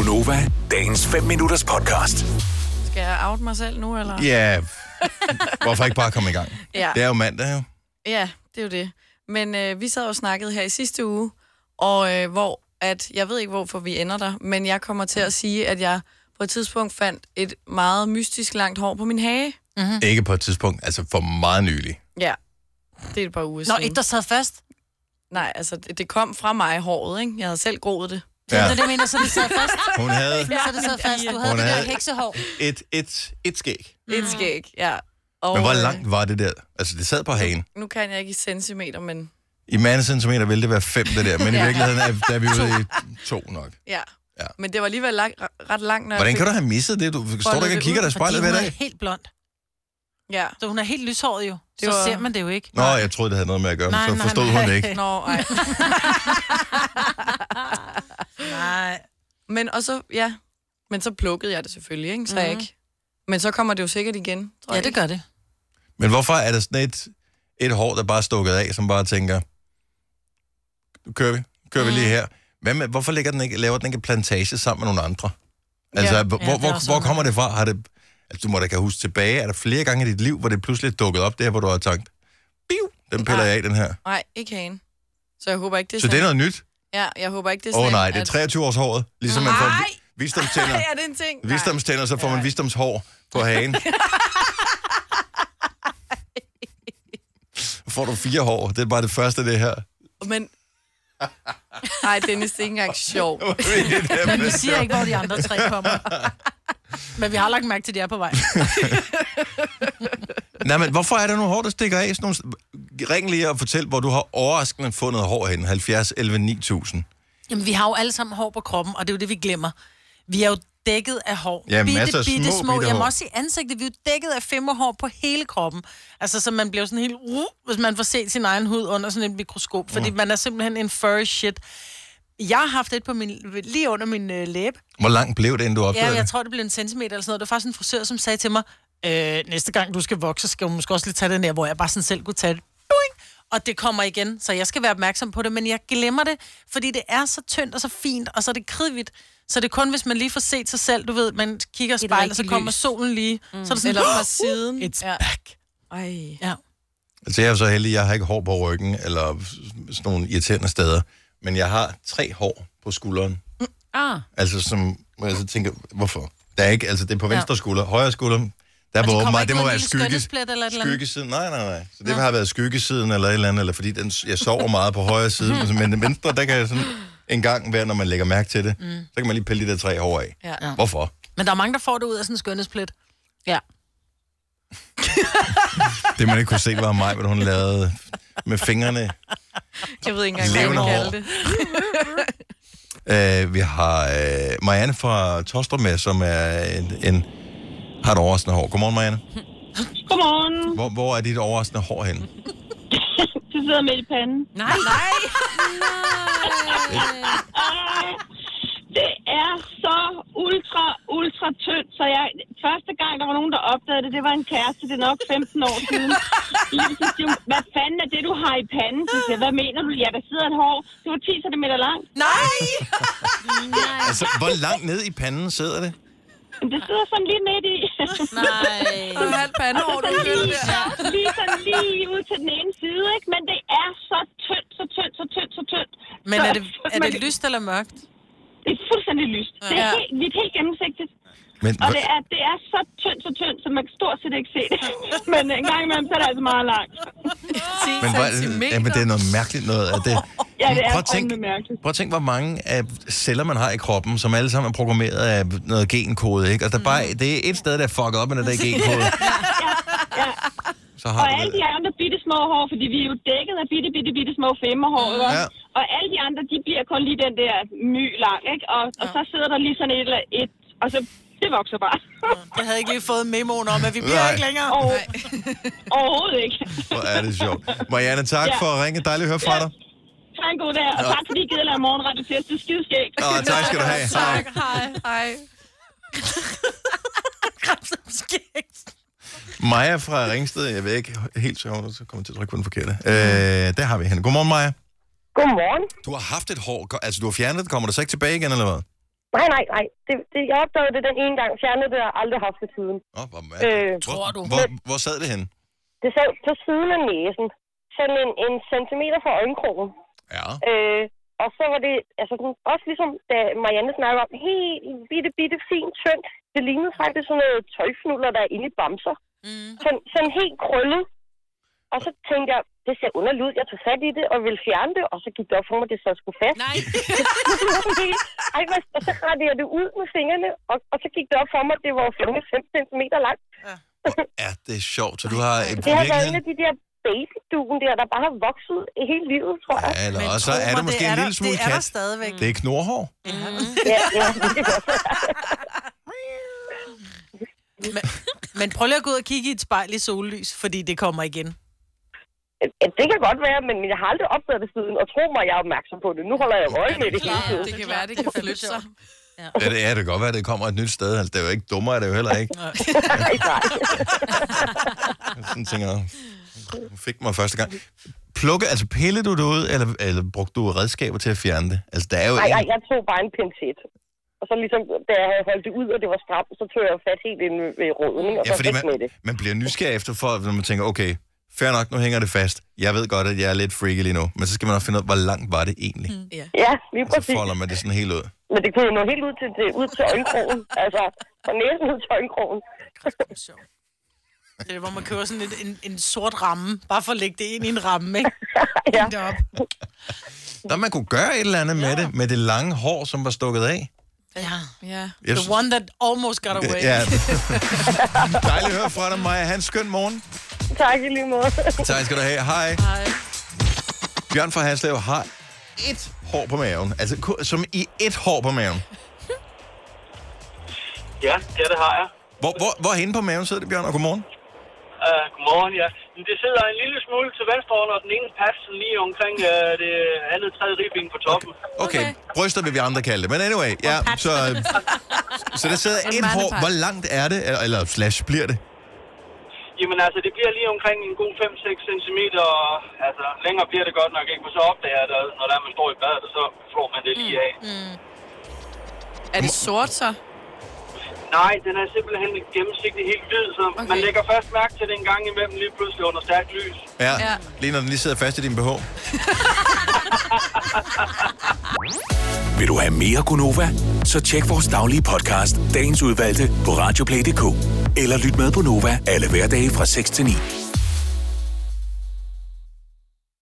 Gunova, dagens 5 minutters podcast. Skal jeg out mig selv nu, eller? Ja, hvorfor ikke bare komme i gang? Ja. Det er jo mandag, jo. Ja, det er jo det. Men vi sad og snakkede her i sidste uge, og hvor at, jeg ved ikke, hvorfor vi ender der, men jeg kommer til at sige, at jeg på et tidspunkt fandt et meget mystisk langt hår på min hage. Mm-hmm. Ikke på et tidspunkt, altså for meget nylig. Ja, det er et par uger siden. Nå, ikke der sad fast? Nej, altså det kom fra mig, håret, ikke? Jeg havde selv groet det. Ja. Det mener, så det sad fast? Hun havde... Så det sad fast. Du havde det der heksehår. Et skæg. Et skæg, ja. Og, men hvor langt var det der? Altså, det sad på hagen. Nu kan jeg ikke i centimeter, men... I mandecentimeter ville det være 5, det der. Men i virkeligheden er vi ude i 2 nok. Ja. Men det var alligevel ret langt, når hvordan kan du have misset det? Du står der ikke og kigger dig i spejlet hver dag? Hun er helt blond. Ja. Så hun er helt lyshåret jo. Så ser man det jo ikke. Nå, jeg troede, det havde noget med at gøre, men så forstod hun det ikke. Nå, ej. Nej. Men så plukkede jeg det selvfølgelig, ikke? Så ikke. Men så kommer det jo sikkert igen, tror jeg. Ja, det gør det. Men hvorfor er der sådan et hår, der bare er stukket af, som bare tænker, nu kører vi lige her. Hvorfor laver den ikke plantage sammen med nogle andre? Altså, hvor kommer det fra? Du må da kan huske tilbage, er der flere gange i dit liv, hvor det pludselig er dukket op der, hvor du har tænkt, den piller jeg af, den her. Nej, ikke hagen. Så jeg håber ikke, det er så det er noget nyt? Ja, jeg håber ikke, det er sådan. Nej, det er 23 års håret. Ligesom man får visdomstænder. Nej, er det en ting? Visdomstænder, så får man visdomshår på hagen. Så får du 4 hår. Det er bare det første, det her. Men... Ej, Dennis, det er ikke engang sjovt. Men vi siger ikke, hvor de andre 3 kommer. Men vi har lagt mærke til, at de er på vej. Nej, men hvorfor er der nogle hår, der stikker af? Ring lige og fortæl, hvor du har overraskende fundet hår hen. 70 11 9000. Jamen, vi har jo alle sammen hår på kroppen, og det er jo det, vi glemmer. Vi er jo dækket af hår. Ja, masser af små. Jamen også i ansigtet. Vi er jo dækket af femmerhår på hele kroppen. Altså, så man bliver sådan helt... hvis man får set sin egen hud under sådan et mikroskop. Fordi man er simpelthen en furry shit. Jeg har haft et på lige under min læbe. Hvor langt blev det, inden du opdagede det? Ja, jeg tror, det blev 1 centimeter eller sådan noget. Det var faktisk en frisør, som sagde til mig, næste gang du skal vokse, skal du måske også lige tage den der, hvor jeg bare sådan selv kunne tage det. Og det kommer igen, så jeg skal være opmærksom på det, men jeg glemmer det, fordi det er så tyndt og så fint, og så er det kridhvidt. Så det er kun, hvis man lige får set sig selv, du ved, man kigger i spejlet, så kommer solen lige. Så er det sådan, eller fra siden. It's back. Ej. Ja. Altså, jeg er så heldig, jeg har ikke hår på ryggen, eller sådan nogle irriterende steder, men jeg har 3 hår på skulderen. Altså, som jeg så tænker, hvorfor? Der er ikke, altså, det er på venstre skulder, højre skulder. Der var åbenbart, det må være skyggesiden. Nej. Så det har været skyggesiden eller et eller andet, eller fordi jeg sover meget på højre side, men den venstre, der kan jeg sådan en gang være, når man lægger mærke til det, så kan man lige pille de der 3 hår af. Ja. Hvorfor? Men der er mange, der får det ud af sådan en skønhedsplet. Ja. Det man ikke kunne se, var mig, hvad hun lavede med fingrene. Jeg ved ikke engang, hvad jeg kalde det. Vi har Marianne fra Tostrup med, som er har et overraskende hår. Godmorgen, Marianne. Godmorgen. Hvor er dit overraskende hår henne? Det sidder midt i panden. Nej. Det er så ultra tyndt, så første gang, der var nogen, der opdagede det, det var en kæreste, det er nok 15 år siden. Hvad fanden er det, du har i panden? Så siger, hvad mener du? Ja, der sidder et hår. Det var 10 cm langt. Nej! Altså, hvor langt ned i panden sidder det? Det sidder sådan lige midt i. Nej. Og halvt pandehår, du føler det. Lige ud til den ene side, ikke? Men det er så tyndt. Men er det lyst eller mørkt? Det er fuldstændig lyst. Det er helt gennemsigtigt. Men, og det er så tyndt, så man kan stort set ikke se det. Men en gang imellem, så er det altså meget langt. 10 men det er noget mærkeligt noget af det. Ja, det er mærkeligt. Prøv at tænke, hvor mange af celler man har i kroppen, som alle sammen er programmeret af noget genkode, ikke? Og det er et sted, der er fucket op med den der genkode. Ja. Så har og alle de andre bitte små hår, fordi vi er jo dækket af bitte små femmerhår, ikke? Og alle de andre, de bliver kun lige den der my lang, ikke? Og så sidder der lige sådan et, og så det vokser bare. Jeg havde ikke lige fået memoen om, at vi bliver ikke længere. Overhovedet ikke. Hvor er det sjovt. Marianne, tak for at ringe. Dejligt at høre fra dig. Tak en god dag, og tak fordi I gider lade morgenradio til. Det er skideskægt. Tak skal du have. Tak, hej. Maja fra Ringsted, jeg ved ikke helt så kommer til at trykke på den forkerte. Der har vi hende. Godmorgen, Maja. Godmorgen. Du har haft et hår, altså du har fjernet det, kommer det så ikke tilbage igen, eller hvad? Nej. Jeg opdagede det den ene gang. Fjernede det, og aldrig haft det siden. Tror du? Hvor sad det henne? Det sad på siden af næsen. Sådan en centimeter fra øjenkrogen. Ja. Og så var det, altså også ligesom, da Marianne snakkede om, helt bitte, fint, tyndt. Det lignede faktisk sådan noget tøjfnuller, der er inde i bamser. Sådan helt krøllet. Og så tænkte jeg, det ser underligt ud. Jeg tog fat i det og ville fjerne det, og så gik det op for mig, det så skulle fast. Nej. Og så rettede jeg det ud med fingrene, og så gik det op for mig, det var 5 cm langt. Ja. Er det sjovt, så du har det har været en af de der babydugen der bare har vokset hele livet, tror jeg. Ja, eller også er det måske en lille smule kat. Det er der stadigvæk. Det er knorhår. Ja, det er godt. Men prøv lige at gå ud og kigge i et spejl i sollys, fordi det kommer igen. Det kan godt være, men jeg har aldrig opdaget det siden, og tro mig, jeg er opmærksom på det. Nu holder jeg øje med det hele tiden. Det kan være, det kan flytte sig. Ja, det kan godt være, at det kommer et nyt sted. Altså, det er jo ikke dummere, det er jo heller ikke. Nej. Sådan tænker jeg, fik mig første gang. Pillede du det ud, eller brugte du redskaber til at fjerne det? Altså, der er jo Nej, jeg tog bare en pincet. Og så ligesom, da jeg havde holdt det ud, og det var stramt, så tog jeg fat helt ind ved roden, og så fik med det. Man bliver nysgerrig efter, når man tænker, okay, fair nok, nu hænger det fast. Jeg ved godt, at jeg er lidt freaky lige nu, men så skal man også finde ud af, hvor langt var det egentlig. Ja, lige præcis. Og så folder man det sådan helt ud. Men det kunne jo nå helt ud til øjenkrogen. Altså, fra næsen ud til øjenkrogen. Det er, hvor man køber sådan en sort ramme, bare for at lægge det ind i en ramme, ikke? Ja. Der man kunne gøre et eller andet med det, med det lange hår, som var stukket af. Ja. The one that almost got away. Ja. Dejligt at høre fra dig, Maja. Ha' en skøn morgen. Tak i lige måde. Tak skal du have. Hej. Bjørn fra Haslev har et hår på maven. Altså, som i et hår på maven. Ja, det har jeg. Hvor henne på maven sidder det, Bjørn? Og godmorgen. Godmorgen, ja. Det sidder en lille smule til venstre under den ene pas, lige omkring det andet tredje ribben på toppen. Okay. Bryster vil vi andre kalde det. Men anyway, ja, så der sidder et hår. Hvor langt er det, eller / bliver det? Jamen altså, det bliver lige omkring en god 5-6 centimeter, og altså, længere bliver det godt nok ikke, men så opdager jeg det, når der man står i badet, og så flår man det lige af. Er det sort så? Nej, den er simpelthen gennemsigtig helt hvid, så man lægger først mærke til det en gang imellem lige pludselig under stærkt lys. Ja, lige når den lige sidder fast i din BH. Vil du have mere Gunova? Så tjek vores daglige podcast, dagens udvalgte, på radioplay.dk. Eller lyt med på Nova alle hverdage fra 6 til 9.